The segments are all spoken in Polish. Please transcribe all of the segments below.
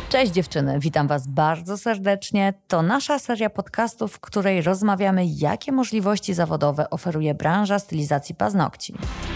Cześć dziewczyny, witam Was bardzo serdecznie. To nasza seria podcastów, w której rozmawiamy, jakie możliwości zawodowe oferuje branża stylizacji paznokci.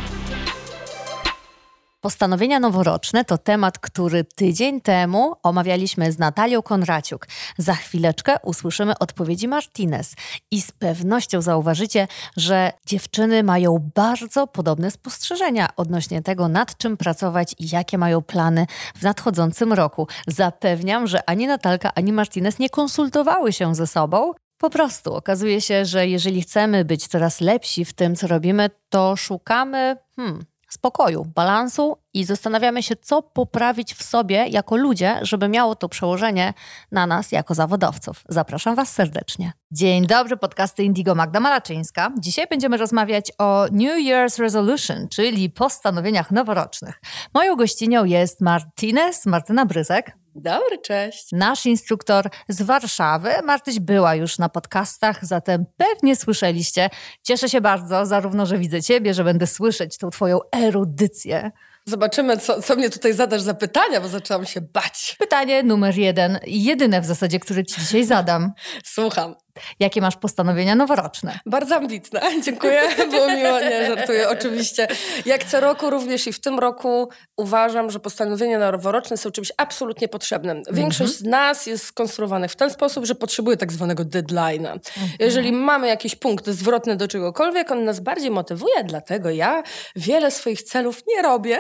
Postanowienia noworoczne to temat, który tydzień temu omawialiśmy z Natalią Konraciuk. Za chwileczkę usłyszymy odpowiedzi Martinez i z pewnością zauważycie, że dziewczyny mają bardzo podobne spostrzeżenia odnośnie tego, nad czym pracować i jakie mają plany w nadchodzącym roku. Zapewniam, że ani Natalka, ani Martinez nie konsultowały się ze sobą. Po prostu okazuje się, że jeżeli chcemy być coraz lepsi w tym, co robimy, to szukamy spokoju, balansu i zastanawiamy się, co poprawić w sobie jako ludzie, żeby miało to przełożenie na nas jako zawodowców. Zapraszam Was serdecznie. Dzień dobry, podcasty Indigo, Magda Malaczyńska. Dzisiaj będziemy rozmawiać o New Year's Resolution, czyli postanowieniach noworocznych. Moją gościnią jest Martyna Bryzek. Dobry, cześć. Nasz instruktor z Warszawy. Martyś była już na podcastach, zatem pewnie słyszeliście. Cieszę się bardzo, zarówno, że widzę Ciebie, że będę słyszeć tą Twoją erudycję. Zobaczymy, co mnie tutaj zadasz za pytania, bo zaczęłam się bać. Pytanie numer 1 i jedyne w zasadzie, które Ci dzisiaj zadam. Słucham. Jakie masz postanowienia noworoczne? Bardzo ambitne. Dziękuję, było miło. Nie, żartuję oczywiście. Jak co roku, również i w tym roku uważam, że postanowienia noworoczne są czymś absolutnie potrzebnym. Większość z nas jest skonstruowanych w ten sposób, że potrzebuje tak zwanego deadline'a. Jeżeli mamy jakiś punkt zwrotny do czegokolwiek, on nas bardziej motywuje, dlatego ja wiele swoich celów nie robię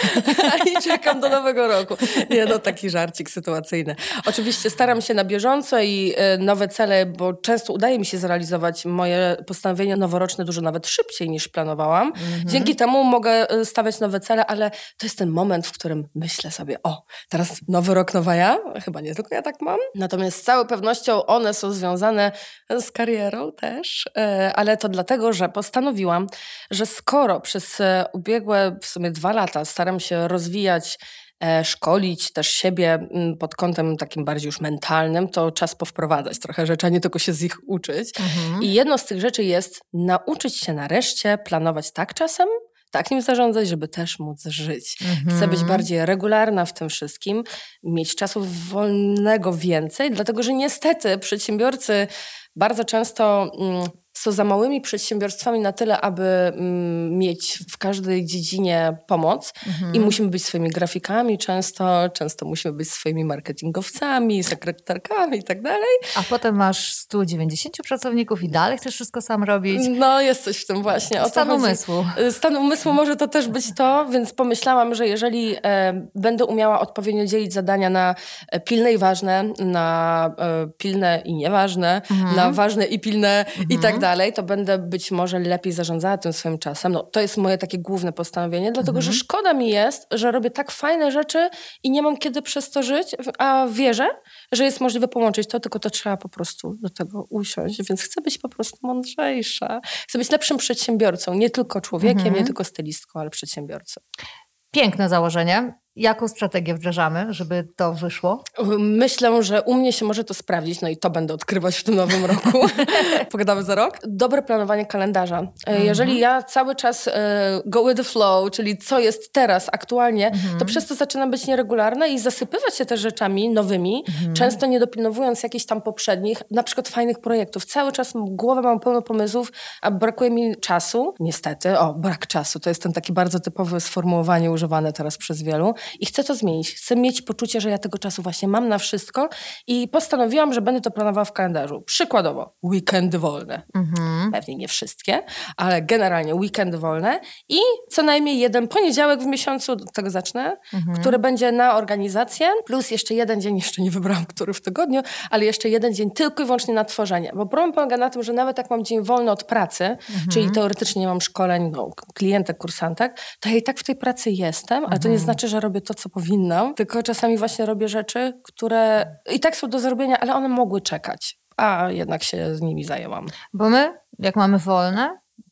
i czekam do nowego roku. Nie, no taki żarcik sytuacyjny. Oczywiście staram się na bieżąco i nowe cele, bo często udaje mi się zrealizować moje postanowienia noworoczne dużo nawet szybciej niż planowałam. Dzięki temu mogę stawiać nowe cele, ale to jest ten moment, w którym myślę sobie, teraz nowy rok, nowa ja. Chyba nie tylko ja tak mam. Natomiast z całą pewnością one są związane z karierą też, ale to dlatego, że postanowiłam, że skoro przez ubiegłe w sumie 2 lata staram się rozwijać, szkolić też siebie pod kątem takim bardziej już mentalnym, to czas powprowadzać trochę rzeczy, a nie tylko się z nich uczyć. I jedno z tych rzeczy jest nauczyć się nareszcie planować tak czasem, tak nim zarządzać, żeby też móc żyć. Chcę być bardziej regularna w tym wszystkim, mieć czasu wolnego więcej, dlatego że niestety przedsiębiorcy bardzo często są za małymi przedsiębiorstwami na tyle, aby mieć w każdej dziedzinie pomoc i musimy być swoimi grafikami często musimy być swoimi marketingowcami, sekretarkami i tak dalej. A potem masz 190 pracowników i dalej chcesz wszystko sam robić? No jest coś w tym właśnie. Stan umysłu. Stan umysłu może to też być to, więc pomyślałam, że jeżeli będę umiała odpowiednio dzielić zadania na pilne i ważne, na pilne i nieważne, na ważne i pilne i tak dalej, to będę być może lepiej zarządzała tym swoim czasem. No, to jest moje takie główne postanowienie, dlatego że szkoda mi jest, że robię tak fajne rzeczy i nie mam kiedy przez to żyć, a wierzę, że jest możliwe połączyć to, tylko to trzeba po prostu do tego usiąść, więc chcę być po prostu mądrzejsza. Chcę być lepszym przedsiębiorcą, nie tylko człowiekiem, nie tylko stylistką, ale przedsiębiorcą. Piękne założenie. Jaką strategię wdrażamy, żeby to wyszło? Myślę, że u mnie się może to sprawdzić, no i to będę odkrywać w tym nowym roku. Pogadamy za rok. Dobre planowanie kalendarza. Jeżeli ja cały czas go with the flow, czyli co jest teraz aktualnie, to przez to zaczynam być nieregularna i zasypywać się też rzeczami nowymi, często nie dopilnowując jakichś tam poprzednich, na przykład fajnych projektów. Cały czas głowę mam pełno pomysłów, a brakuje mi czasu. Niestety, brak czasu. To jest ten taki bardzo typowe sformułowanie używane teraz przez wielu. I chcę to zmienić. Chcę mieć poczucie, że ja tego czasu właśnie mam na wszystko i postanowiłam, że będę to planowała w kalendarzu. Przykładowo, weekendy wolne. Pewnie nie wszystkie, ale generalnie weekendy wolne i co najmniej jeden poniedziałek w miesiącu, do tego zacznę, który będzie na organizację, plus jeszcze jeden dzień, jeszcze nie wybrałam, który w tygodniu, ale jeszcze jeden dzień tylko i wyłącznie na tworzenie. Bo problem polega na tym, że nawet jak mam dzień wolny od pracy, czyli teoretycznie nie mam szkoleń, klientek, kursantek, to ja i tak w tej pracy jestem, ale to nie znaczy, że robię to, co powinnam, tylko czasami właśnie robię rzeczy, które i tak są do zrobienia, ale one mogły czekać, a jednak się z nimi zajęłam. Bo my, jak mamy wolne,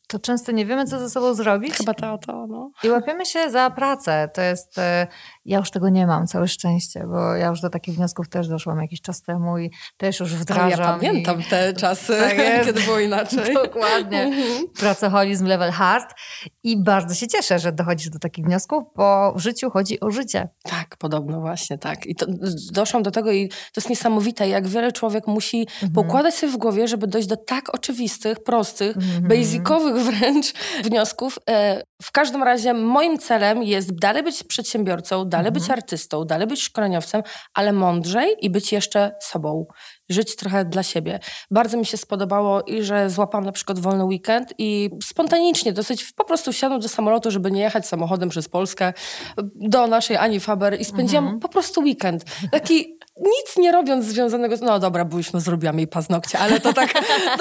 to często nie wiemy, co ze sobą zrobić. Chyba to, no. I łapiemy się za pracę. To jest... Ja już tego nie mam, całe szczęście, bo ja już do takich wniosków też doszłam jakiś czas temu i też już wdrażam. Ale ja pamiętam te czasy, tak kiedy było inaczej. Dokładnie. Pracoholizm level hard. I bardzo się cieszę, że dochodzisz do takich wniosków, bo w życiu chodzi o życie. Tak, podobno właśnie, tak. I doszłam do tego i to jest niesamowite, jak wiele człowiek musi poukładać sobie w głowie, żeby dojść do tak oczywistych, prostych, basicowych wręcz wniosków. W każdym razie moim celem jest dalej być przedsiębiorcą, dalej być artystą, dalej być szkoleniowcem, ale mądrzej i być jeszcze sobą. Żyć trochę dla siebie. Bardzo mi się spodobało i że złapałam na przykład wolny weekend i spontanicznie dosyć po prostu wsiadłam do samolotu, żeby nie jechać samochodem przez Polskę do naszej Ani Faber i spędziłam po prostu weekend. Taki nic nie robiąc związanego z... No dobra, byliśmy, zrobiłam jej paznokcie, ale to tak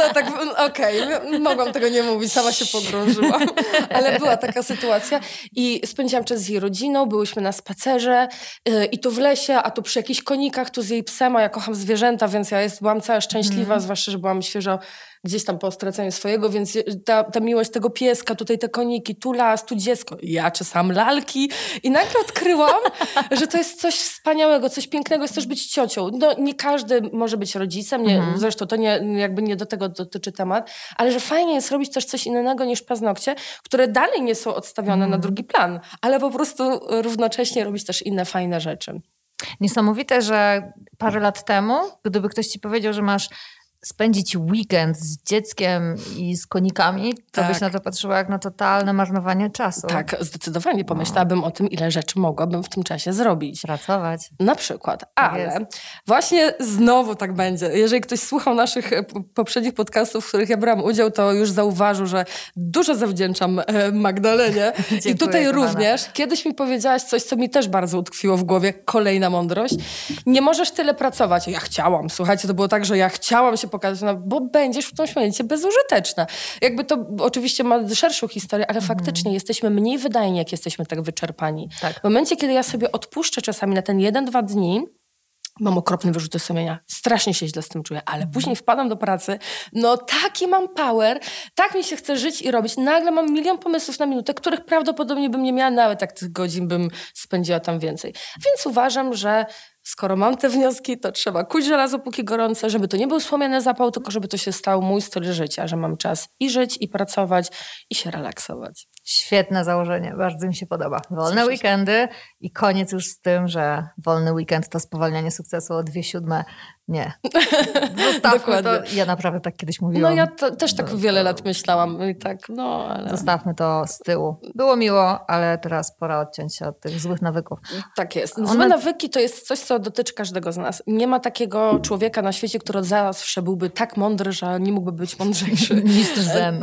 okej, mogłam tego nie mówić, sama się pogrążyłam. Ale była taka sytuacja i spędziłam czas z jej rodziną, byłyśmy na spacerze i tu w lesie, a tu przy jakichś konikach, tu z jej psem, a ja kocham zwierzęta, więc ja byłam cała szczęśliwa, zwłaszcza, że byłam świeżo gdzieś tam po straceniu swojego, więc ta miłość tego pieska, tutaj te koniki, tu las, tu dziecko, ja czesam lalki i nagle odkryłam, że to jest coś wspaniałego, coś pięknego, jest też być ciocią. No, nie każdy może być rodzicem, zresztą to nie do tego dotyczy temat, ale że fajnie jest robić też coś innego niż paznokcie, które dalej nie są odstawione na drugi plan, ale po prostu równocześnie robić też inne fajne rzeczy. Niesamowite, że parę lat temu, gdyby ktoś ci powiedział, że masz spędzić weekend z dzieckiem i z konikami, to byś na to patrzyła jak na totalne marnowanie czasu. Tak, zdecydowanie pomyślałabym o tym, ile rzeczy mogłabym w tym czasie zrobić. Pracować. Na przykład. Ale właśnie znowu tak będzie. Jeżeli ktoś słuchał naszych poprzednich podcastów, w których ja brałam udział, to już zauważył, że dużo zawdzięczam Magdalenie. Dziękuję, i tutaj kochana. również. Kiedyś mi powiedziałaś coś, co mi też bardzo utkwiło w głowie. Kolejna mądrość. Nie możesz tyle pracować. Ja chciałam. Słuchajcie, to było tak, że ja chciałam się pokazać, bo będziesz w tym momencie bezużyteczna. Jakby to oczywiście ma szerszą historię, ale faktycznie jesteśmy mniej wydajni, jak jesteśmy tak wyczerpani. Tak. W momencie, kiedy ja sobie odpuszczę czasami na ten 1-2 dni, mam okropne wyrzuty sumienia. Strasznie się źle z tym czuję, ale później wpadam do pracy, no taki mam power, tak mi się chce żyć i robić. Nagle mam milion pomysłów na minutę, których prawdopodobnie bym nie miała, nawet jak tych godzin bym spędziła tam więcej. Więc uważam, że skoro mam te wnioski, to trzeba kuć żelazo póki gorące, żeby to nie był wspomniany zapał, tylko żeby to się stał mój styl życia, że mam czas i żyć, i pracować, i się relaksować. Świetne założenie, bardzo mi się podoba. Wolne weekendy i koniec już z tym, że wolny weekend to spowalnianie sukcesu o 2/7. Nie. Zostawmy to. Ja naprawdę tak kiedyś mówiłam. No ja też tak wiele lat myślałam i tak, no ale... Zostawmy to z tyłu. Było miło, ale teraz pora odciąć się od tych złych nawyków. Tak jest. Złe nawyki to jest coś, co dotyczy każdego z nas. Nie ma takiego człowieka na świecie, który zawsze byłby tak mądry, że nie mógłby być mądrzejszy. Mistrz zen.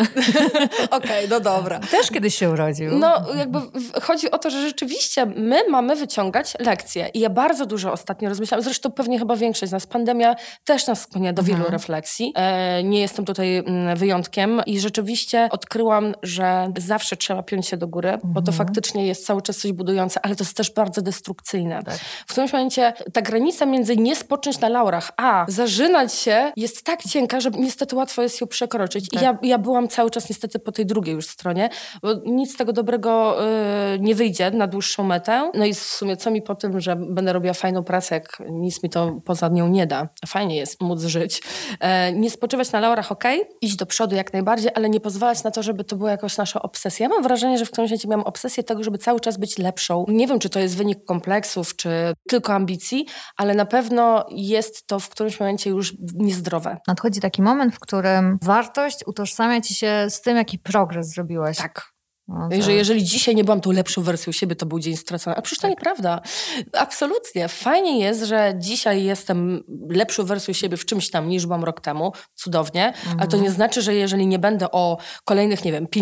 Okej, no dobra. Też kiedyś się urodził. No jakby chodzi o to, że rzeczywiście my mamy wyciągać lekcje. I ja bardzo dużo ostatnio rozmyślałam, zresztą pewnie chyba większość z nas, pandemia też nas skłania do wielu refleksji. Nie jestem tutaj wyjątkiem i rzeczywiście odkryłam, że zawsze trzeba piąć się do góry, bo to faktycznie jest cały czas coś budujące, ale to jest też bardzo destrukcyjne. Tak. W którymś momencie ta granica między nie spocząć na laurach, a zażynać się jest tak cienka, że niestety łatwo jest ją przekroczyć. Tak. I ja byłam cały czas niestety po tej drugiej już stronie, bo nic z tego dobrego nie wyjdzie na dłuższą metę. No i w sumie co mi po tym, że będę robiła fajną pracę, jak nic mi to poza nią nie da. Fajnie jest móc żyć. Nie spoczywać na laurach, iść do przodu jak najbardziej, ale nie pozwalać na to, żeby to była jakaś nasza obsesja. Ja mam wrażenie, że w którymś momencie miałam obsesję tego, żeby cały czas być lepszą. Nie wiem, czy to jest wynik kompleksów, czy tylko ambicji, ale na pewno jest to w którymś momencie już niezdrowe. Nadchodzi taki moment, w którym wartość utożsamia ci się z tym, jaki progres zrobiłaś. Tak. No, że jeżeli dzisiaj nie byłam tą lepszą wersją siebie, to był dzień stracony. A przecież to nieprawda. Absolutnie. Fajnie jest, że dzisiaj jestem lepszą wersją siebie w czymś tam niż byłam rok temu. Cudownie. Ale to nie znaczy, że jeżeli nie będę o kolejnych,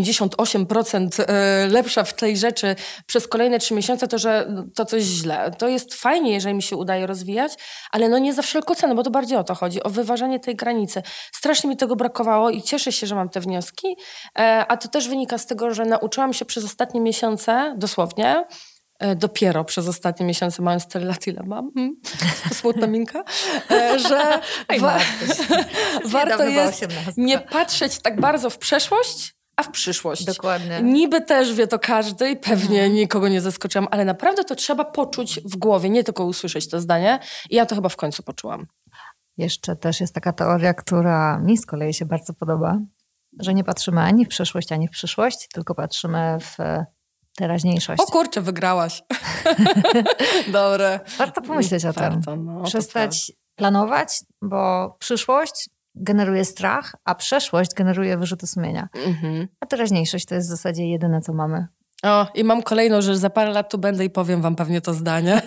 58% lepsza w tej rzeczy przez kolejne 3 miesiące, to że to coś źle. To jest fajnie, jeżeli mi się udaje rozwijać, ale nie za wszelką cenę, bo to bardziej o to chodzi. O wyważanie tej granicy. Strasznie mi tego brakowało i cieszę się, że mam te wnioski. A to też wynika z tego, że nauczyłam się przez ostatnie miesiące, dosłownie, dopiero przez ostatnie miesiące, mając tyle lat, ile mam, smutna minka, że warto jest nie patrzeć tak bardzo w przeszłość, a w przyszłość. Dokładnie. Niby też wie to każdy i pewnie nikogo nie zaskoczyłam, ale naprawdę to trzeba poczuć w głowie, nie tylko usłyszeć to zdanie. I ja to chyba w końcu poczułam. Jeszcze też jest taka teoria, która mi z kolei się bardzo podoba, że nie patrzymy ani w przeszłość, ani w przyszłość, tylko patrzymy w teraźniejszość. O kurczę, wygrałaś. Dobre. Warto pomyśleć o tym. No, przestać planować, bo przyszłość generuje strach, a przeszłość generuje wyrzuty sumienia. A teraźniejszość to jest w zasadzie jedyne, co mamy. O, i mam kolejną, że za parę lat tu będę i powiem wam pewnie to zdanie.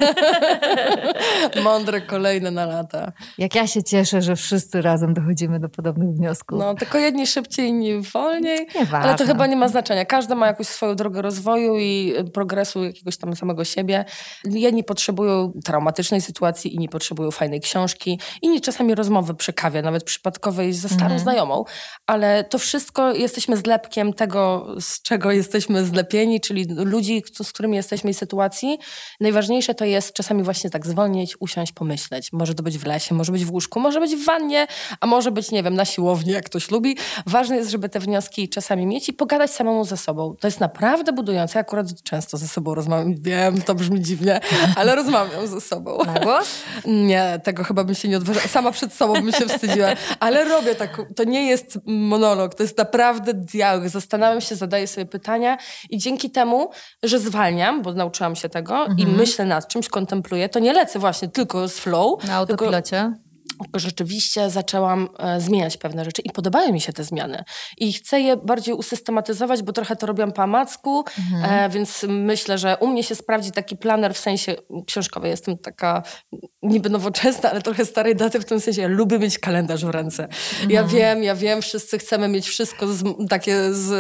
Mądre, kolejne na lata. Jak ja się cieszę, że wszyscy razem dochodzimy do podobnych wniosków. No, tylko jedni szybciej, inni wolniej. Nieważne. Ale to chyba nie ma znaczenia. Każdy ma jakąś swoją drogę rozwoju i progresu jakiegoś tam samego siebie. Jedni potrzebują traumatycznej sytuacji, inni potrzebują fajnej książki, inni czasami rozmowy przy kawie, nawet przypadkowej ze starą znajomą. Ale to wszystko jesteśmy zlepkiem tego, z czego jesteśmy zlepieni, czyli ludzi, z którymi jesteśmy i sytuacji. Najważniejsze to jest czasami właśnie tak zwolnić, usiąść, pomyśleć. Może to być w lesie, może być w łóżku, może być w wannie, a może być, nie wiem, na siłowni, jak ktoś lubi. Ważne jest, żeby te wnioski czasami mieć i pogadać samemu ze sobą. To jest naprawdę budujące. Ja akurat często ze sobą rozmawiam. Wiem, to brzmi dziwnie, ale rozmawiam ze sobą. Na głos? Nie, tego chyba bym się nie odważyła. Sama przed sobą bym się wstydziła. Ale robię tak. To nie jest monolog, to jest naprawdę dialog. Zastanawiam się, zadaję sobie pytania i dzięki temu, że zwalniam, bo nauczyłam się tego i myślę nad czymś, kontempluję, to nie lecę właśnie tylko z flow. Na autopilocie? Tylko rzeczywiście zaczęłam zmieniać pewne rzeczy i podobają mi się te zmiany. I chcę je bardziej usystematyzować, bo trochę to robiłam po amacku, więc myślę, że u mnie się sprawdzi taki planer w sensie książkowy. Jestem taka niby nowoczesna, ale trochę starej daty w tym sensie. Ja lubię mieć kalendarz w ręce. Ja wiem, wszyscy chcemy mieć wszystko takie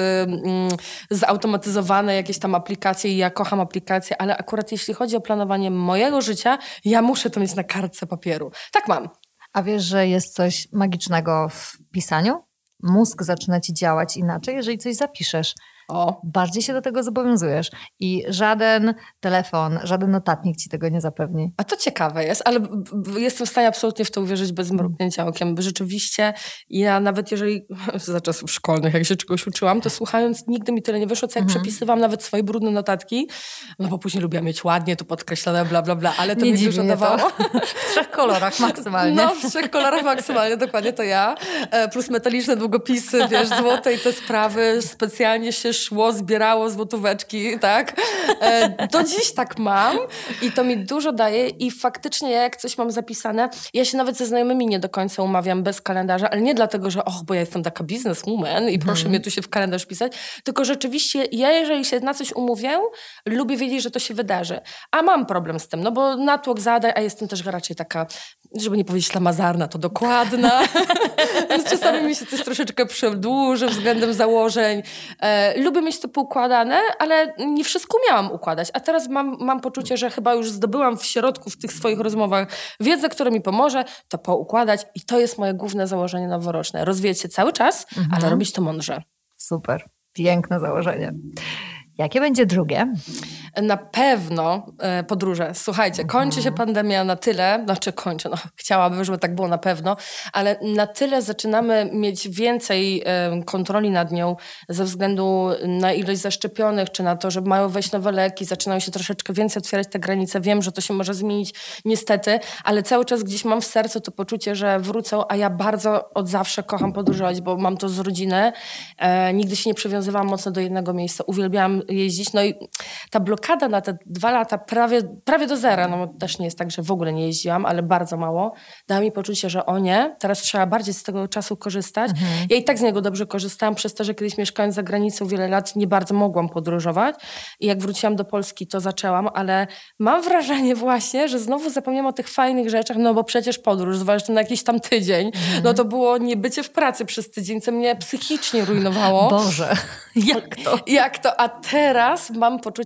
zautomatyzowane, jakieś tam aplikacje i ja kocham aplikacje, ale akurat jeśli chodzi o planowanie mojego życia, ja muszę to mieć na kartce papieru. Tak mam. A wiesz, że jest coś magicznego w pisaniu? Mózg zaczyna ci działać inaczej, jeżeli coś zapiszesz. Bardziej się do tego zobowiązujesz i żaden telefon, żaden notatnik ci tego nie zapewni. A to ciekawe jest, ale jestem w stanie absolutnie w to uwierzyć bez mrugnięcia okiem, bo rzeczywiście ja nawet jeżeli za czasów szkolnych, jak się czegoś uczyłam, to słuchając nigdy mi tyle nie wyszło, co jak przepisywałam nawet swoje brudne notatki, no bo później lubiłam mieć ładnie, tu podkreślone, bla, bla, bla, ale to nie mi dużo dawało. W 3 kolorach maksymalnie. No, w 3 kolorach maksymalnie, dokładnie to ja. Plus metaliczne długopisy, wiesz, złote i te sprawy, specjalnie się szło, zbierało złotóweczki, tak? Do dziś tak mam i to mi dużo daje i faktycznie ja jak coś mam zapisane, ja się nawet ze znajomymi nie do końca umawiam bez kalendarza, ale nie dlatego, że bo ja jestem taka bizneswoman i proszę mnie tu się w kalendarz pisać, tylko rzeczywiście ja jeżeli się na coś umówię, lubię wiedzieć, że to się wydarzy. A mam problem z tym, no bo natłok zadań, a jestem też raczej taka, żeby nie powiedzieć ślamazarna, to dokładna. Więc czasami mi się coś troszeczkę przedłuży względem założeń. Lubię mieć to poukładane, ale nie wszystko umiałam układać. A teraz mam poczucie, że chyba już zdobyłam w środku, w tych swoich rozmowach wiedzę, która mi pomoże to poukładać i to jest moje główne założenie noworoczne. Rozwijać się cały czas, ale robić to mądrze. Super. Piękne założenie. Jakie będzie drugie? Na pewno podróże. Słuchajcie, kończy się pandemia na tyle, chciałabym, żeby tak było na pewno, ale na tyle zaczynamy mieć więcej kontroli nad nią ze względu na ilość zaszczepionych, czy na to, że mają wejść nowe leki, zaczynają się troszeczkę więcej otwierać te granice. Wiem, że to się może zmienić niestety, ale cały czas gdzieś mam w sercu to poczucie, że wrócą, a ja bardzo od zawsze kocham podróżować, bo mam to z rodziny. Nigdy się nie przywiązywałam mocno do jednego miejsca. Uwielbiałam jeździć, no i ta blokada na te 2 lata prawie do zera, no też nie jest tak, że w ogóle nie jeździłam, ale bardzo mało, dała mi poczucie, że teraz trzeba bardziej z tego czasu korzystać. Ja i tak z niego dobrze korzystałam przez to, że kiedyś mieszkając za granicą wiele lat nie bardzo mogłam podróżować i jak wróciłam do Polski, to zaczęłam, ale mam wrażenie właśnie, że znowu zapomniałam o tych fajnych rzeczach, no bo przecież podróż, zwłaszcza na jakiś tam tydzień, no to było niebycie w pracy przez tydzień, co mnie psychicznie rujnowało. Boże, jak to? Jak to? A teraz mam poczucie, że właśnie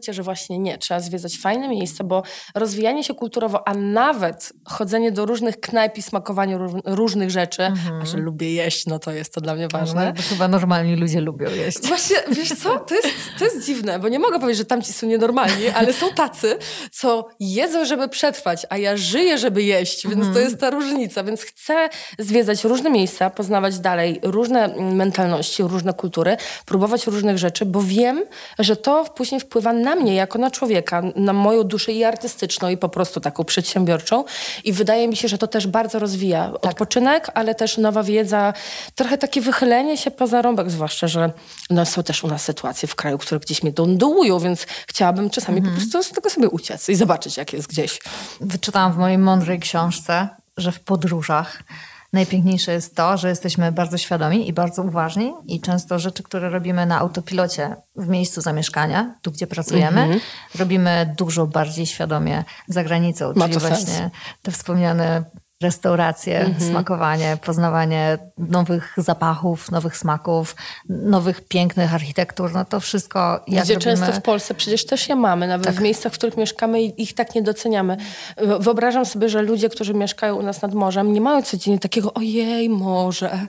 właśnie nie. Trzeba zwiedzać fajne miejsca, bo rozwijanie się kulturowo, a nawet chodzenie do różnych knajp i smakowanie różnych rzeczy, a że lubię jeść, no to jest to dla mnie ważne. No, chyba normalni ludzie lubią jeść. Właśnie, wiesz co, to jest dziwne, bo nie mogę powiedzieć, że tamci są nienormalni, ale są tacy, co jedzą, żeby przetrwać, a ja żyję, żeby jeść, więc to jest ta różnica. Więc chcę zwiedzać różne miejsca, poznawać dalej różne mentalności, różne kultury, próbować różnych rzeczy, bo wiem, że to później wpływa na mnie jako na człowieka, na moją duszę i artystyczną, i po prostu taką przedsiębiorczą. I wydaje mi się, że to też bardzo rozwija odpoczynek, ale też nowa wiedza, trochę takie wychylenie się poza rąbek, zwłaszcza, że no, są też u nas sytuacje w kraju, które gdzieś mnie dołują, więc chciałabym czasami po prostu z tego sobie uciec i zobaczyć, jak jest gdzieś. Wyczytałam w mojej mądrej książce, że w podróżach najpiękniejsze jest to, że jesteśmy bardzo świadomi i bardzo uważni i często rzeczy, które robimy na autopilocie w miejscu zamieszkania, tu gdzie pracujemy, robimy dużo bardziej świadomie za granicą. Ma czyli to właśnie sens. te wspomniane restauracje, smakowanie, poznawanie nowych zapachów, nowych smaków, nowych pięknych architektur, no to wszystko jak Gdzie robimy... często w Polsce przecież też je mamy, nawet w miejscach, w których mieszkamy i ich tak nie doceniamy. Wyobrażam sobie, że ludzie, którzy mieszkają u nas nad morzem, nie mają codziennie takiego ojej, morze,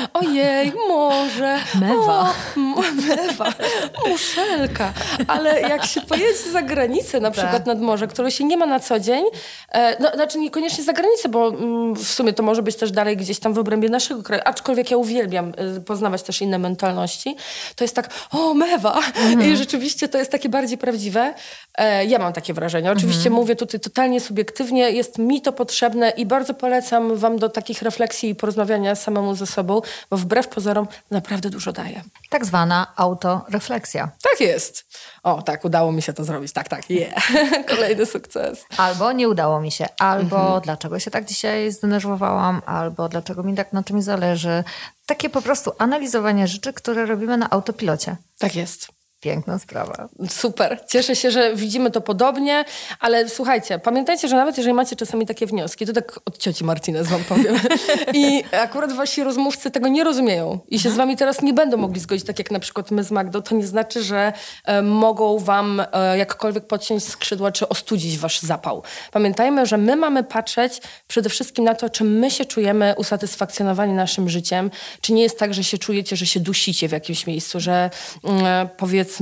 Mewa. mewa, muszelka. Ale jak się pojedzie za granicę, na przykład nad morze, którego się nie ma na co dzień, no, znaczy niekoniecznie za granicę, bo w sumie to może być też dalej gdzieś tam w obrębie naszego kraju, aczkolwiek ja uwielbiam poznawać też inne mentalności, to jest tak, mewa. I rzeczywiście to jest takie bardziej prawdziwe. Ja mam takie wrażenie. Oczywiście mówię tutaj totalnie subiektywnie, jest mi to potrzebne i bardzo polecam wam do takich refleksji i porozmawiania samemu ze sobą, bo wbrew pozorom naprawdę dużo daje. Tak zwana autorefleksja. Tak jest. O, tak, udało mi się to zrobić. Tak, kolejny sukces. Albo nie udało mi się, albo dlaczego się tak dzisiaj zdenerwowałam, albo dlaczego mi tak na czymś zależy. Takie po prostu analizowanie rzeczy, które robimy na autopilocie. Tak jest. Piękna sprawa. Super. Cieszę się, że widzimy to podobnie, ale słuchajcie, pamiętajcie, że nawet jeżeli macie czasami takie wnioski, to tak od cioci Martinez wam powiem. I akurat wasi rozmówcy tego nie rozumieją i się z wami teraz nie będą mogli zgodzić, tak jak na przykład my z Magdą, to nie znaczy, że mogą wam jakkolwiek podciąć skrzydła czy ostudzić wasz zapał. Pamiętajmy, że my mamy patrzeć przede wszystkim na to, czy my się czujemy usatysfakcjonowani naszym życiem, czy nie jest tak, że się czujecie, że się dusicie w jakimś miejscu, że powiedzmy,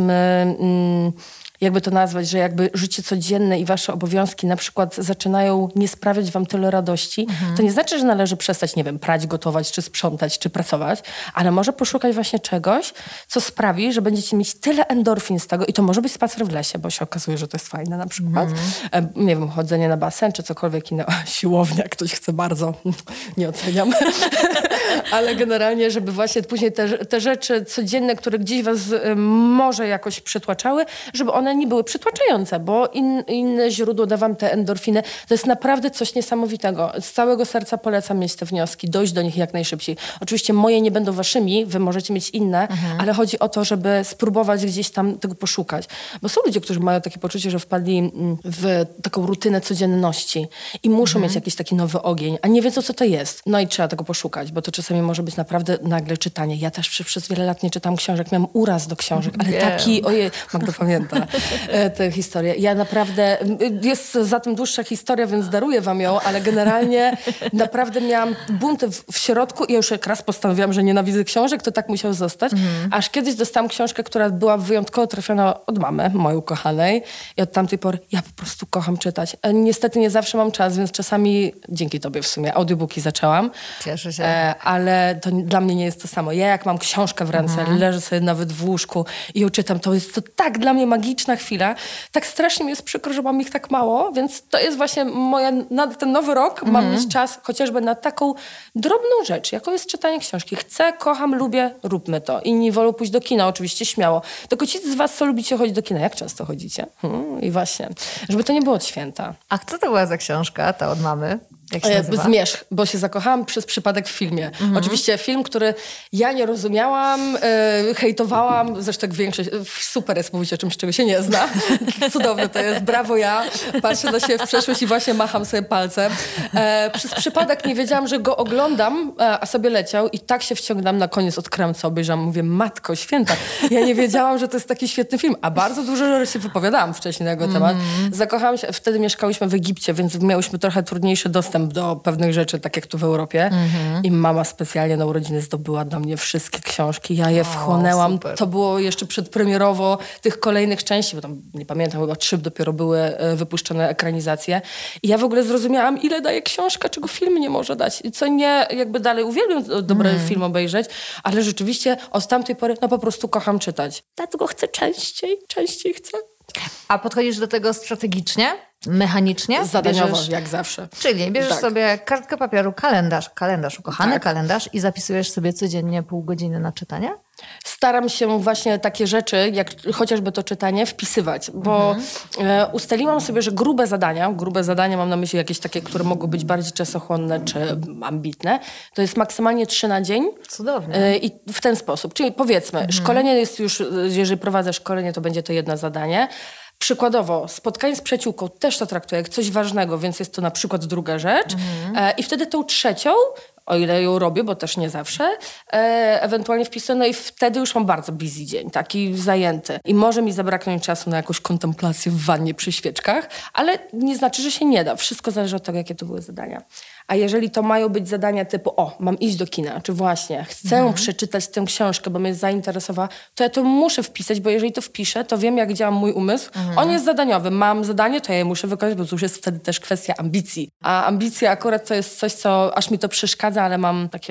jakby to nazwać, że jakby życie codzienne i wasze obowiązki na przykład zaczynają nie sprawiać wam tyle radości, to nie znaczy, że należy przestać, nie wiem, prać, gotować, czy sprzątać, czy pracować, ale może poszukać właśnie czegoś, co sprawi, że będziecie mieć tyle endorfin z tego i to może być spacer w lesie, bo się okazuje, że to jest fajne na przykład. Nie wiem, chodzenie na basen, czy cokolwiek innego. Siłownia, ktoś chce bardzo, nie oceniam. Ale generalnie, żeby właśnie później te rzeczy codzienne, które gdzieś was może jakoś przytłaczały, żeby one nie były przytłaczające, bo inne źródło da wam te endorfiny. To jest naprawdę coś niesamowitego. Z całego serca polecam mieć te wnioski, dojść do nich jak najszybciej. Oczywiście moje nie będą waszymi, wy możecie mieć inne, ale chodzi o to, żeby spróbować gdzieś tam tego poszukać. Bo są ludzie, którzy mają takie poczucie, że wpadli w taką rutynę codzienności i muszą mieć jakiś taki nowy ogień, a nie wiedzą, co to jest. No i trzeba tego poszukać, bo to czasami może być naprawdę nagle czytanie. Ja też przez wiele lat nie czytam książek, miałam uraz do książek, ale taki, ojej, Magda pamięta tę historię. Ja naprawdę, jest za tym dłuższa historia, więc daruję wam ją, ale generalnie naprawdę miałam bunty w środku i już jak raz postanowiłam, że nienawidzę książek, to tak musiał zostać. Aż kiedyś dostałam książkę, która była wyjątkowo trafiona od mamy, mojej ukochanej, i od tamtej pory ja po prostu kocham czytać. Niestety nie zawsze mam czas, więc czasami, dzięki tobie w sumie, audiobooki zaczęłam. Cieszę się. Ale to dla mnie nie jest to samo. Ja jak mam książkę w ręce, leżę sobie nawet w łóżku i ją czytam, to jest to tak dla mnie magiczna chwila. Tak strasznie mi jest przykro, że mam ich tak mało, więc to jest właśnie moja, na ten nowy rok mam mieć czas chociażby na taką drobną rzecz, jaką jest czytanie książki. Chcę, kocham, lubię, róbmy to. Inni wolą pójść do kina, oczywiście śmiało. Tylko ci z was, co lubicie chodzić do kina, jak często chodzicie? I właśnie, żeby to nie było od święta. A co to była za książka, ta od mamy? Jak się nazywa? Zmierzch, bo się zakochałam przez przypadek w filmie. Oczywiście film, który ja nie rozumiałam, hejtowałam, zresztą większość, super jest mówić o czymś, czego się nie zna. Cudowne to jest, brawo ja. Patrzę na siebie w przeszłość i właśnie macham sobie palcem. Przez przypadek nie wiedziałam, że go oglądam, a sobie leciał i tak się wciągnęłam, na koniec odkryłam, co obejrzałam. Mówię, matko święta, ja nie wiedziałam, że to jest taki świetny film, a bardzo dużo się wypowiadałam wcześniej na jego temat. Zakochałam się, wtedy mieszkałyśmy w Egipcie, więc miałyśmy trochę trudniejszy dostęp do pewnych rzeczy, tak jak tu w Europie. I mama specjalnie na urodziny zdobyła dla mnie wszystkie książki. Ja je wchłonęłam. Super. To było jeszcze przedpremierowo tych kolejnych części, bo tam, nie pamiętam, chyba 3 dopiero były wypuszczone ekranizacje. I ja w ogóle zrozumiałam, ile daje książka, czego film nie może dać. I co nie, jakby dalej uwielbiam dobry film obejrzeć, ale rzeczywiście od tamtej pory po prostu kocham czytać. Dlatego chcę częściej chcę. A podchodzisz do tego strategicznie? Mechanicznie? Zadaniowo, jak zawsze. Czyli bierzesz sobie kartkę papieru, kalendarz, ukochany kalendarz i zapisujesz sobie codziennie pół godziny na czytanie? Staram się właśnie takie rzeczy, jak chociażby to czytanie, wpisywać, bo ustaliłam sobie, że grube zadania, mam na myśli jakieś takie, które mogą być bardziej czasochłonne czy ambitne, to jest maksymalnie 3 na dzień. Cudownie. I w ten sposób. Czyli powiedzmy, szkolenie jest już, jeżeli prowadzę szkolenie, to będzie to jedno zadanie. Przykładowo, spotkanie z przyjaciółką też to traktuję jak coś ważnego, więc jest to na przykład druga rzecz. I wtedy tą trzecią, o ile ją robię, bo też nie zawsze, ewentualnie wpisuję, no i wtedy już mam bardzo busy dzień, taki zajęty. I może mi zabraknąć czasu na jakąś kontemplację w wannie przy świeczkach, ale nie znaczy, że się nie da. Wszystko zależy od tego, jakie to były zadania. A jeżeli to mają być zadania typu, mam iść do kina, czy właśnie chcę przeczytać tę książkę, bo mnie zainteresowała, to ja to muszę wpisać, bo jeżeli to wpiszę, to wiem, jak działa mój umysł. On jest zadaniowy. Mam zadanie, to ja je muszę wykonać, bo to już jest wtedy też kwestia ambicji. A ambicja akurat to jest coś, co aż mi to przeszkadza, ale mam takie,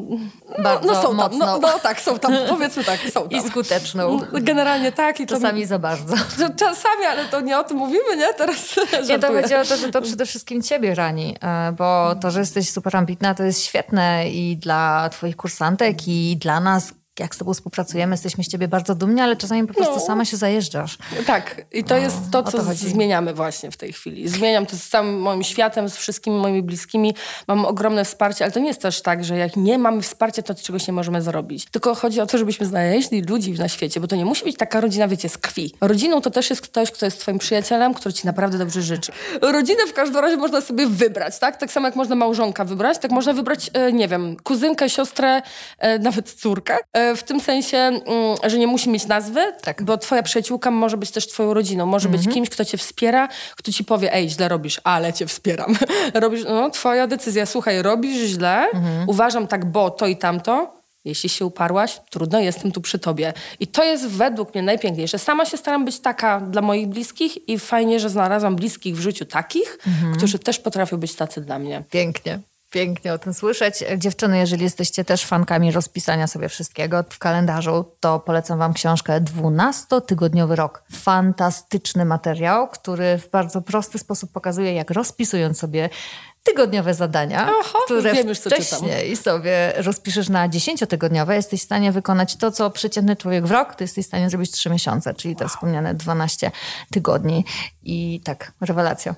bardzo są mocno. tam. Tak, są tam, powiedzmy tak, są tam. I skuteczną. Generalnie tak. I Czasami za bardzo. Czasami, ale to nie o tym mówimy, nie? Teraz Nie, to chodzi o to, że to przede wszystkim ciebie rani, bo to, że jesteś super ambitna, to jest świetne i dla twoich kursantek, i dla nas, jak z tobą współpracujemy, jesteśmy z ciebie bardzo dumni, ale czasami po prostu sama się zajeżdżasz. Tak. I to jest to, co zmieniamy właśnie w tej chwili. Zmieniam to z całym moim światem, z wszystkimi moimi bliskimi. Mam ogromne wsparcie, ale to nie jest też tak, że jak nie mamy wsparcia, to czegoś nie możemy zrobić. Tylko chodzi o to, żebyśmy znaleźli ludzi na świecie, bo to nie musi być taka rodzina, wiecie, z krwi. Rodziną to też jest ktoś, kto jest twoim przyjacielem, który ci naprawdę dobrze życzy. Rodzinę w każdym razie można sobie wybrać, tak? Tak samo jak można małżonka wybrać, tak można wybrać, nie wiem, kuzynkę, siostrę, nawet córkę. W tym sensie, że nie musi mieć nazwy, bo twoja przyjaciółka może być też twoją rodziną. Może być kimś, kto cię wspiera, kto ci powie, źle robisz, ale cię wspieram. Robisz, twoja decyzja, słuchaj, robisz źle, uważam tak, bo to i tamto. Jeśli się uparłaś, trudno, jestem tu przy tobie. I to jest według mnie najpiękniejsze. Sama się staram być taka dla moich bliskich i fajnie, że znalazłam bliskich w życiu takich, którzy też potrafią być tacy dla mnie. Pięknie o tym słyszeć. Dziewczyny, jeżeli jesteście też fankami rozpisania sobie wszystkiego w kalendarzu, to polecam wam książkę 12-tygodniowy rok. Fantastyczny materiał, który w bardzo prosty sposób pokazuje, jak rozpisując sobie tygodniowe zadania, które wiem już, co wcześniej sobie rozpiszesz na 10-tygodniowe, jesteś w stanie wykonać to, co przeciętny człowiek w rok, ty jesteś w stanie zrobić 3 miesiące, czyli te wspomniane 12 tygodni. I tak, rewelacja.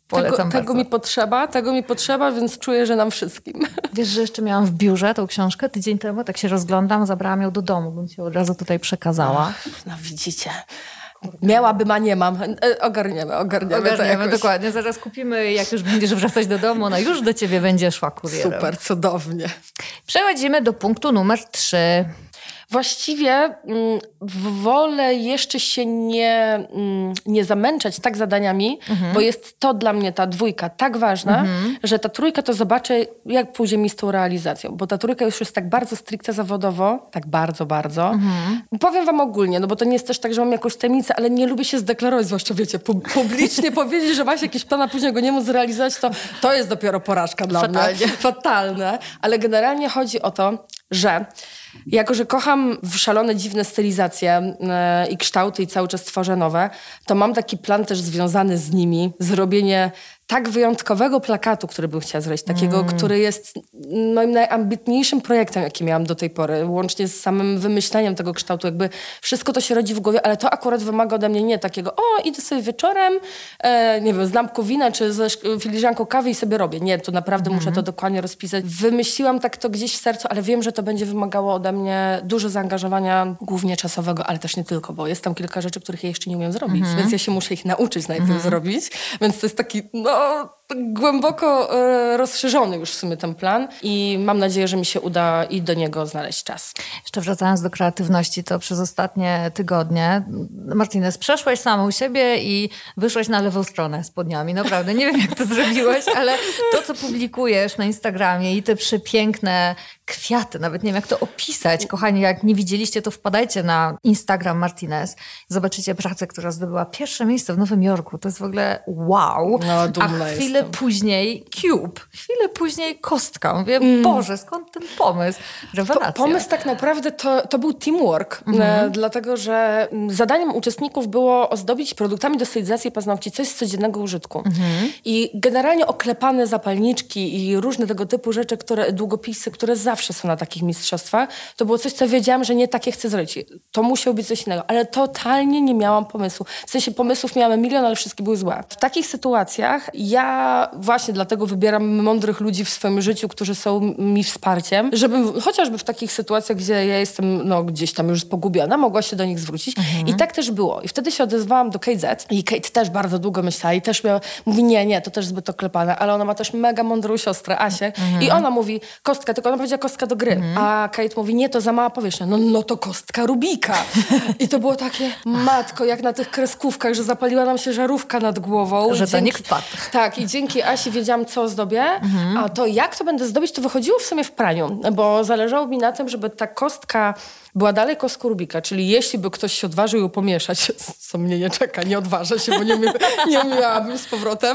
Tego mi potrzeba, więc czuję, że nam wszystkim. Wiesz, że jeszcze miałam w biurze tą książkę tydzień temu, tak się rozglądam, zabrałam ją do domu, bym ci od razu tutaj przekazała. No widzicie. Miałabym, a nie mam. Ogarniemy to jakoś. Dokładnie. Zaraz kupimy, jak już będziesz wracać do domu, ona już do ciebie będzie szła kurierem. Super, cudownie. Przechodzimy do punktu numer 3. Właściwie wolę jeszcze się nie zamęczać tak zadaniami, bo jest to dla mnie ta 2 tak ważna, że ta 3 to zobaczę, jak pójdzie mi z tą realizacją. Bo ta 3 już jest tak bardzo stricte zawodowo, tak bardzo. Powiem wam ogólnie, bo to nie jest też tak, że mam jakąś tajemnicę, ale nie lubię się zdeklarować, zwłaszcza wiecie, publicznie powiedzieć, że masz jakiś plan, a później go nie móc zrealizować, to jest dopiero porażka dla mnie. Fatalne. Ale generalnie chodzi o to, że jako, że kocham szalone, dziwne stylizacje i kształty i cały czas tworzę nowe, to mam taki plan też związany z nimi, zrobienie tak wyjątkowego plakatu, który bym chciała zrobić, takiego, który jest moim najambitniejszym projektem, jaki miałam do tej pory, łącznie z samym wymyśleniem tego kształtu, jakby wszystko to się rodzi w głowie, ale to akurat wymaga ode mnie nie takiego, idę sobie wieczorem, nie wiem, z lampką wina, czy ze filiżanką kawy i sobie robię. Nie, to naprawdę muszę to dokładnie rozpisać. Wymyśliłam tak to gdzieś w sercu, ale wiem, że to będzie wymagało ode mnie dużo zaangażowania, głównie czasowego, ale też nie tylko, bo jest tam kilka rzeczy, których ja jeszcze nie umiem zrobić, więc ja się muszę ich nauczyć najpierw zrobić, więc to jest taki, głęboko rozszerzony już w sumie ten plan i mam nadzieję, że mi się uda i do niego znaleźć czas. Jeszcze wracając do kreatywności, to przez ostatnie tygodnie, Martinez, przeszłaś samą siebie i wyszłaś na lewą stronę spodniami. Naprawdę, nie wiem jak to zrobiłeś, ale to, co publikujesz na Instagramie i te przepiękne kwiaty, nawet nie wiem jak to opisać. Kochani, jak nie widzieliście, to wpadajcie na Instagram Martinez. Zobaczycie pracę, która zdobyła pierwsze miejsce w Nowym Jorku. To jest w ogóle wow. No, dumna a chwilę później Cube, chwilę później kostka. Mówię, Boże, skąd ten pomysł? Rewelacja. Pomysł tak naprawdę to był teamwork, dlatego że zadaniem uczestników było ozdobić produktami do stylizacji paznokci coś z codziennego użytku. I generalnie oklepane zapalniczki i różne tego typu rzeczy, długopisy, które zawsze są na takich mistrzostwach, to było coś, co wiedziałam, że nie takie chcę zrobić. To musiało być coś innego, ale totalnie nie miałam pomysłu. W sensie pomysłów miałam milion, ale wszystkie były złe. W takich sytuacjach ja właśnie dlatego wybieram mądrych ludzi w swoim życiu, którzy są mi wsparciem, żebym chociażby w takich sytuacjach, gdzie ja jestem gdzieś tam już pogubiona, mogła się do nich zwrócić. I tak też było. I wtedy się odezwałam do Kate Z i Kate też bardzo długo myślała i też mówi, nie, to też zbyt oklepane, ale ona ma też mega mądrą siostrę, Asię i ona mówi, kostka, tylko ona powiedziała kostka do gry, a Kate mówi, nie, to za mała powierzchnia. No to kostka Rubika. I to było takie, matko, jak na tych kreskówkach, że zapaliła nam się żarówka nad głową. Że to nie wpadł. Tak, i dzięki Asi wiedziałam, co zdobię, a to jak to będę zdobić, to wychodziło w sumie w praniu, bo zależało mi na tym, żeby ta kostka była dalej kostką Rubika, czyli jeśli by ktoś się odważył ją pomieszać, co mnie nie czeka, nie odważa się, bo nie umiałabym z powrotem,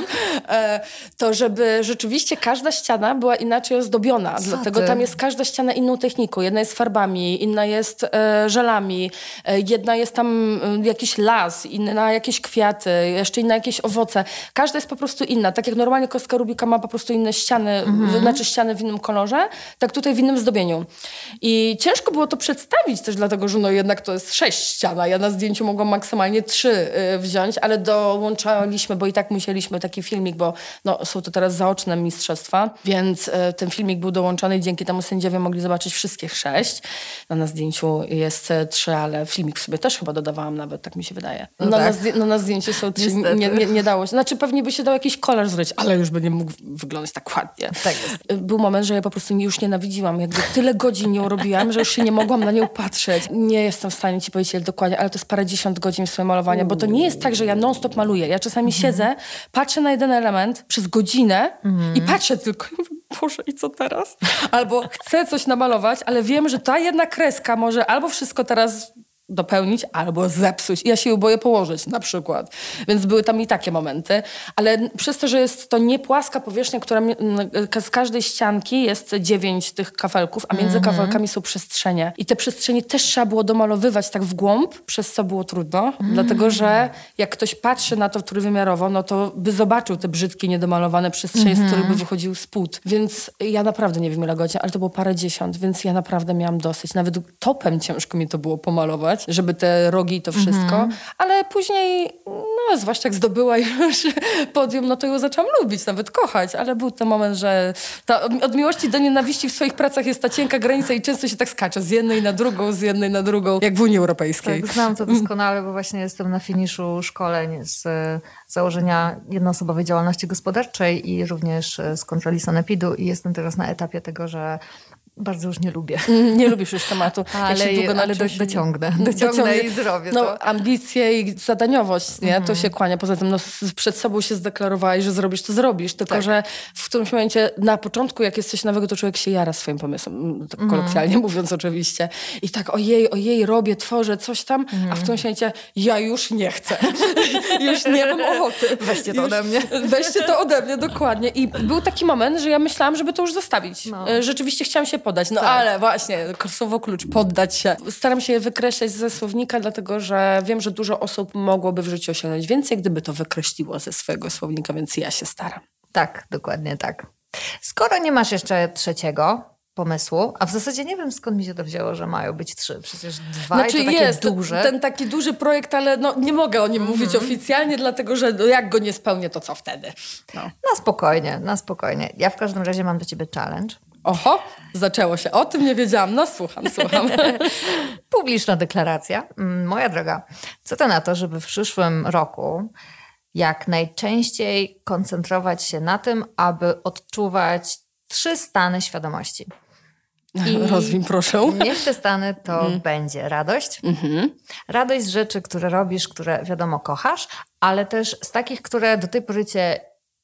to żeby rzeczywiście każda ściana była inaczej ozdobiona. Dlatego tam jest każda ściana inną techniką. Jedna jest farbami, inna jest żelami, jedna jest tam jakiś las, inna jakieś kwiaty, jeszcze inna jakieś owoce. Każda jest po prostu inna. Tak jak normalnie kostka Rubika ma po prostu inne ściany, znaczy ściany w innym kolorze, tak tutaj w innym zdobieniu. I ciężko było to przedstawić też dlatego, że jednak to jest 6 ścian, a ja na zdjęciu mogłam maksymalnie 3 wziąć, ale dołączaliśmy, bo i tak musieliśmy taki filmik, bo są to teraz zaoczne mistrzostwa, więc ten filmik był dołączony i dzięki temu sędziowie mogli zobaczyć wszystkich 6. Na zdjęciu jest 3, ale filmik sobie też chyba dodawałam nawet, tak mi się wydaje. Na zdjęciu są 3, nie dało się. Znaczy pewnie by się dał jakiś kolor zrobić, ale już by nie mógł wyglądać tak ładnie. Tak jest. Był moment, że ja po prostu już nienawidziłam. Jakby tyle godzin nią robiłam, że już się nie mogłam na nią patrzeć. Nie jestem w stanie ci powiedzieć dokładnie, ale to jest parędziesiąt godzin swoje malowania, bo to nie jest tak, że ja non-stop maluję. Ja czasami siedzę, patrzę na jeden element przez godzinę i patrzę tylko i mówię, Boże, i co teraz? Albo chcę coś namalować, ale wiem, że ta jedna kreska może albo wszystko teraz dopełnić, albo zepsuć. I ja się ją boję położyć, na przykład. Więc były tam i takie momenty. Ale przez to, że jest to nie płaska powierzchnia, która z każdej ścianki jest 9 tych kafelków, a między kafelkami są przestrzenie. I te przestrzenie też trzeba było domalowywać tak w głąb, przez co było trudno. Dlatego, że jak ktoś patrzy na to trójwymiarowo, to by zobaczył te brzydkie, niedomalowane przestrzenie, z których by wychodził spód. Więc ja naprawdę nie wiem ile godzin, ale to było parędziesiąt, więc ja naprawdę miałam dosyć. Nawet topem ciężko mi to było pomalować, żeby te rogi i to wszystko, ale później, zwłaszcza jak zdobyła już podium, to ją zaczęłam lubić, nawet kochać, ale był ten moment, że od miłości do nienawiści w swoich pracach jest ta cienka granica i często się tak skacze z jednej na drugą, jak w Unii Europejskiej. Tak, znam to doskonale, bo właśnie jestem na finiszu szkoleń z założenia jednoosobowej działalności gospodarczej i również z kontroli sanepidu i jestem teraz na etapie tego, że bardzo już nie lubię. Nie lubisz już tematu. Ale dociągnę i zrobię to. Ambicje i zadaniowość, nie? To się kłania. Poza tym przed sobą się zdeklarowałeś, że zrobisz, to zrobisz. Tylko, że w którymś momencie, na początku, jak jest coś nowego, to człowiek się jara swoim pomysłem. Tak kolokwialnie mówiąc oczywiście. I tak ojej, robię, tworzę coś tam, a w którymś momencie ja już nie chcę. Już nie mam ochoty. Weźcie to ode mnie. Weźcie to ode mnie, dokładnie. I był taki moment, że ja myślałam, żeby to już zostawić. Rzeczywiście chciałam się poddać. No tak. Ale właśnie, słowo klucz, poddać się. Staram się je wykreślać ze słownika, dlatego że wiem, że dużo osób mogłoby w życiu osiągnąć więcej, gdyby to wykreśliło ze swojego słownika, więc ja się staram. Tak, dokładnie tak. Skoro nie masz jeszcze trzeciego pomysłu, a w zasadzie nie wiem, skąd mi się to wzięło, że mają być 3. Przecież 2 znaczy i to jest takie duże. Ten taki duży projekt, ale no, nie mogę o nim mówić oficjalnie, dlatego że jak go nie spełnię, to co wtedy? No. Na spokojnie. Ja w każdym razie mam do ciebie challenge. Oho, zaczęło się. O tym nie wiedziałam. No słucham. Publiczna deklaracja. Moja droga, co to na to, żeby w przyszłym roku jak najczęściej koncentrować się na tym, aby odczuwać 3 stany świadomości. I rozwin, proszę. Niech te stany to będzie radość. Radość z rzeczy, które robisz, które wiadomo kochasz, ale też z takich, które do tej pory cię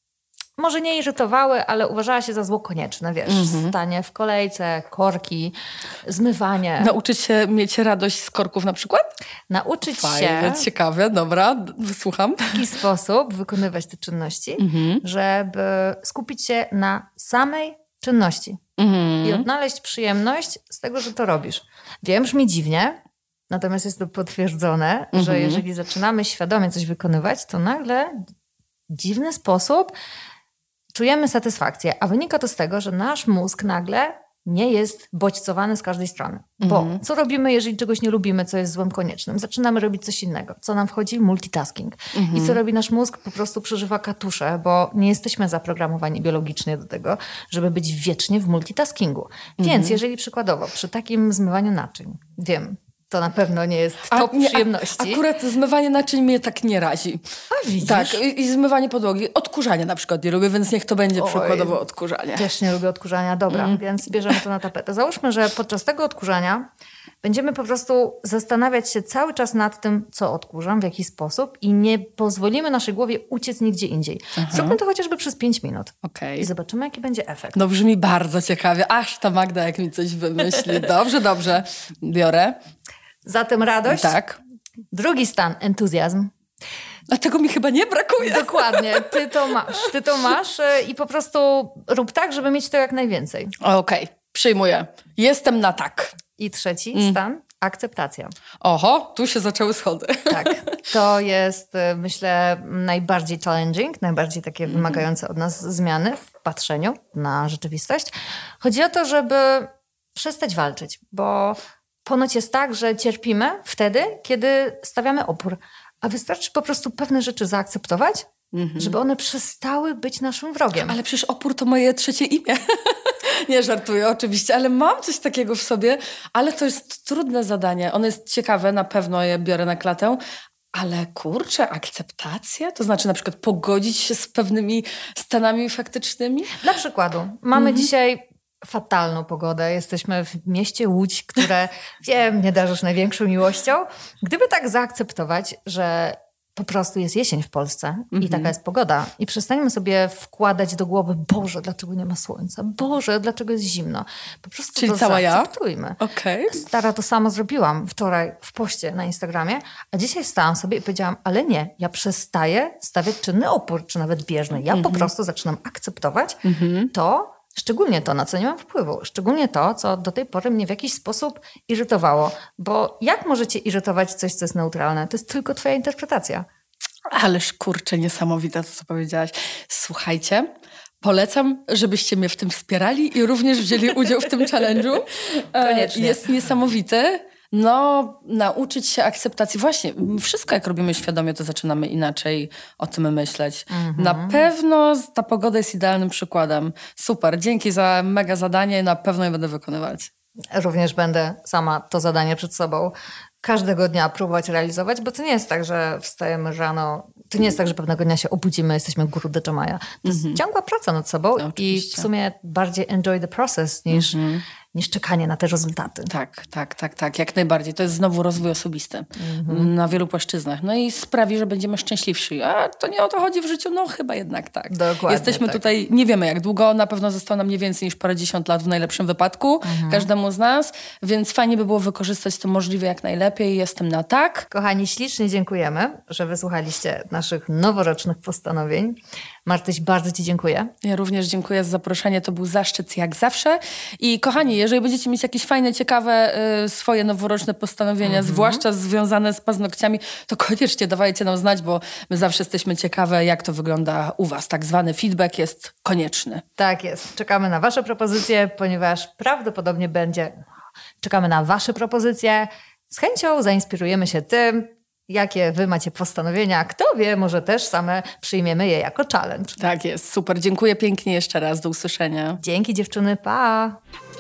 może nie irytowały, ale uważała się za zło konieczne, wiesz, stanie w kolejce, korki, zmywanie. Nauczyć się mieć radość z korków na przykład? Nauczyć Fajne, się... ciekawe, dobra, słucham. W taki sposób wykonywać te czynności, żeby skupić się na samej czynności i odnaleźć przyjemność z tego, że to robisz. Wiem, brzmi dziwnie, natomiast jest to potwierdzone, że jeżeli zaczynamy świadomie coś wykonywać, to nagle w dziwny sposób czujemy satysfakcję, a wynika to z tego, że nasz mózg nagle nie jest bodźcowany z każdej strony. Bo co robimy, jeżeli czegoś nie lubimy, co jest złem koniecznym? Zaczynamy robić coś innego. Co nam wchodzi? Multitasking. I co robi nasz mózg? Po prostu przeżywa katusze, bo nie jesteśmy zaprogramowani biologicznie do tego, żeby być wiecznie w multitaskingu. Więc jeżeli przykładowo przy takim zmywaniu naczyń, wiem, to na pewno nie jest top przyjemności. Akurat zmywanie naczyń mnie tak nie razi. A widzisz? Tak, i zmywanie podłogi. Odkurzania na przykład nie lubię, więc niech to będzie przykładowo odkurzanie. Też nie lubię odkurzania. Dobra, więc bierzemy to na tapetę. Załóżmy, że podczas tego odkurzania będziemy po prostu zastanawiać się cały czas nad tym, co odkurzam, w jaki sposób i nie pozwolimy naszej głowie uciec nigdzie indziej. Zróbmy to chociażby przez 5 minut. I zobaczymy, jaki będzie efekt. No brzmi bardzo ciekawie. Aż ta Magda jak mi coś wymyśli. Dobrze. Biorę. Zatem radość. Tak. Drugi stan, entuzjazm. A tego mi chyba nie brakuje. Dokładnie. Ty to masz i po prostu rób tak, żeby mieć to jak najwięcej. Okej, przyjmuję. Jestem na tak. I trzeci stan, akceptacja. Oho, tu się zaczęły schody. Tak. To jest, myślę, najbardziej challenging, najbardziej takie wymagające od nas zmiany w patrzeniu na rzeczywistość. Chodzi o to, żeby przestać walczyć, bo ponoć jest tak, że cierpimy wtedy, kiedy stawiamy opór. A wystarczy po prostu pewne rzeczy zaakceptować, żeby one przestały być naszym wrogiem. Ale przecież opór to moje trzecie imię. Nie żartuję oczywiście, ale mam coś takiego w sobie, ale to jest trudne zadanie. Ono jest ciekawe, na pewno je biorę na klatę, ale kurczę, akceptacja? To znaczy na przykład pogodzić się z pewnymi stanami faktycznymi? Dla przykładu, mamy dzisiaj fatalną pogodę. Jesteśmy w mieście Łódź, które, wiem, nie darzysz największą miłością. Gdyby tak zaakceptować, że po prostu jest jesień w Polsce i taka jest pogoda i przestaniemy sobie wkładać do głowy, Boże, dlaczego nie ma słońca? Boże, dlaczego jest zimno? Po prostu czyli to cała zaakceptujmy. Okay. Stara to samo zrobiłam wczoraj w poście na Instagramie, a dzisiaj wstałam sobie i powiedziałam, ale nie, ja przestaję stawiać czynny opór, czy nawet bieżny. Ja po prostu zaczynam akceptować to, szczególnie to, na co nie mam wpływu. Szczególnie to, co do tej pory mnie w jakiś sposób irytowało. Bo jak możecie irytować coś, co jest neutralne? To jest tylko twoja interpretacja. Ależ kurczę, niesamowite to, co powiedziałaś. Słuchajcie, polecam, żebyście mnie w tym wspierali i również wzięli udział w tym challenge'u. Koniecznie. Jest niesamowity. No, nauczyć się akceptacji. Właśnie, wszystko jak robimy świadomie, to zaczynamy inaczej o tym myśleć. Na pewno ta pogoda jest idealnym przykładem. Super, dzięki za mega zadanie, na pewno je będę wykonywać. Również będę sama to zadanie przed sobą każdego dnia próbować realizować, bo to nie jest tak, że wstajemy rano, to nie jest tak, że pewnego dnia się obudzimy, jesteśmy guru de Jamaya. To jest ciągła praca nad sobą i w sumie bardziej enjoy the process niż czekanie na te rezultaty. Tak, jak najbardziej. To jest znowu rozwój osobisty na wielu płaszczyznach. No i sprawi, że będziemy szczęśliwsi. A to nie o to chodzi w życiu? No chyba jednak tak. Dokładnie. Jesteśmy tutaj, nie wiemy jak długo, na pewno zostało nam nie więcej niż parędziesiąt lat w najlepszym wypadku, każdemu z nas, więc fajnie by było wykorzystać to możliwie jak najlepiej. Jestem na tak. Kochani, ślicznie dziękujemy, że wysłuchaliście naszych noworocznych postanowień. Martyś, bardzo Ci dziękuję. Ja również dziękuję za zaproszenie, to był zaszczyt jak zawsze. I kochani, jeżeli będziecie mieć jakieś fajne, ciekawe swoje noworoczne postanowienia, zwłaszcza związane z paznokciami, to koniecznie dawajcie nam znać, bo my zawsze jesteśmy ciekawe, jak to wygląda u Was. Tak zwany feedback jest konieczny. Tak jest. Czekamy na Wasze propozycje, ponieważ prawdopodobnie czekamy na Wasze propozycje. Z chęcią zainspirujemy się tym, jakie Wy macie postanowienia. Kto wie, może też same przyjmiemy je jako challenge. Tak jest, super. Dziękuję pięknie jeszcze raz. Do usłyszenia. Dzięki dziewczyny, pa!